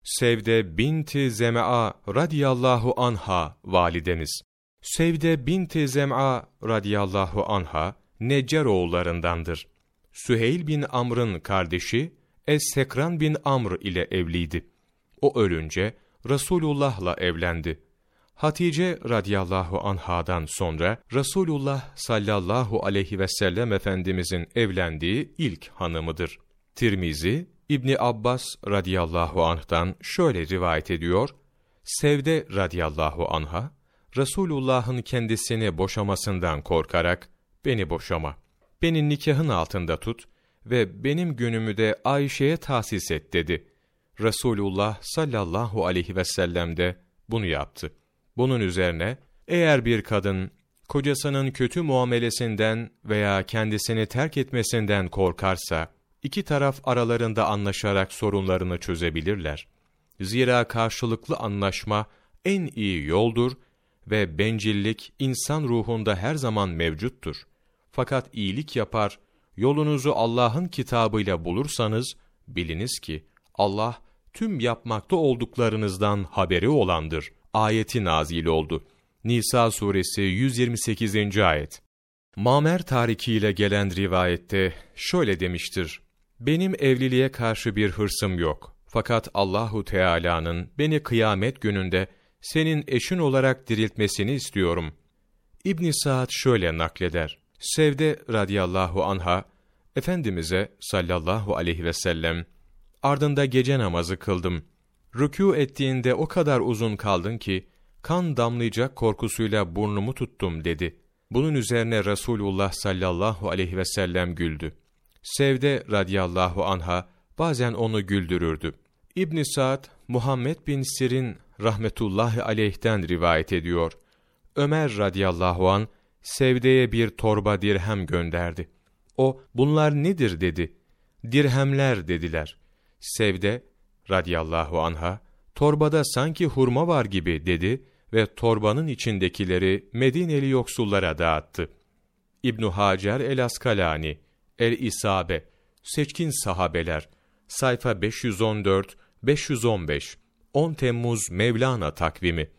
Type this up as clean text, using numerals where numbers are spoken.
Sevde binti Zem'a radıyallahu anha validemiz. Sevde binti Zem'a radıyallahu anha Neccaroğullarındandır. Süheyl bin Amr'ın kardeşi Es-Sekran bin Amr ile evliydi. O ölünce Resulullah'la evlendi. Hatice radıyallahu anhadan sonra Resulullah sallallahu aleyhi ve sellem Efendimizin evlendiği ilk hanımıdır. Tirmizi, İbni Abbas radıyallahu anh'tan şöyle rivayet ediyor: Sevde radıyallahu anha, Resulullah'ın kendisini boşamasından korkarak, beni boşama, beni nikahın altında tut ve benim günümü de Ayşe'ye tahsis et dedi. Resulullah sallallahu aleyhi ve sellem de bunu yaptı. Bunun üzerine, eğer bir kadın, kocasının kötü muamelesinden veya kendisini terk etmesinden korkarsa, iki taraf aralarında anlaşarak sorunlarını çözebilirler. Zira karşılıklı anlaşma en iyi yoldur ve bencillik insan ruhunda her zaman mevcuttur. Fakat iyilik yapar, yolunuzu Allah'ın kitabıyla bulursanız, biliniz ki Allah tüm yapmakta olduklarınızdan haberi olandır. Ayeti nazil oldu. Nisa suresi 128. ayet. Mamer tarikiyle gelen rivayette şöyle demiştir: Benim evliliğe karşı bir hırsım yok. Fakat Allahu Teala'nın beni kıyamet gününde senin eşin olarak diriltmesini istiyorum. İbn Sa'd şöyle nakleder: Sevde radıyallahu anha, Efendimiz'e sallallahu aleyhi ve sellem, ardında gece namazı kıldım. Rükû ettiğinde o kadar uzun kaldın ki, kan damlayacak korkusuyla burnumu tuttum dedi. Bunun üzerine Resulullah sallallahu aleyhi ve sellem güldü. Sevde radıyallahu anha bazen onu güldürürdü. İbn Sa'd, Muhammed bin Sirin rahmetullahi aleyh'ten rivayet ediyor. Ömer radıyallahu an Sevde'ye bir torba dirhem gönderdi. O, bunlar nedir dedi. Dirhemler dediler. Sevde radıyallahu anha, torbada sanki hurma var gibi dedi ve torbanın içindekileri Medineli yoksullara dağıttı. İbn Hacer el-Askalani, El-İsabe, Seçkin Sahabeler, sayfa 514-515, 10 Temmuz Mevlana takvimi.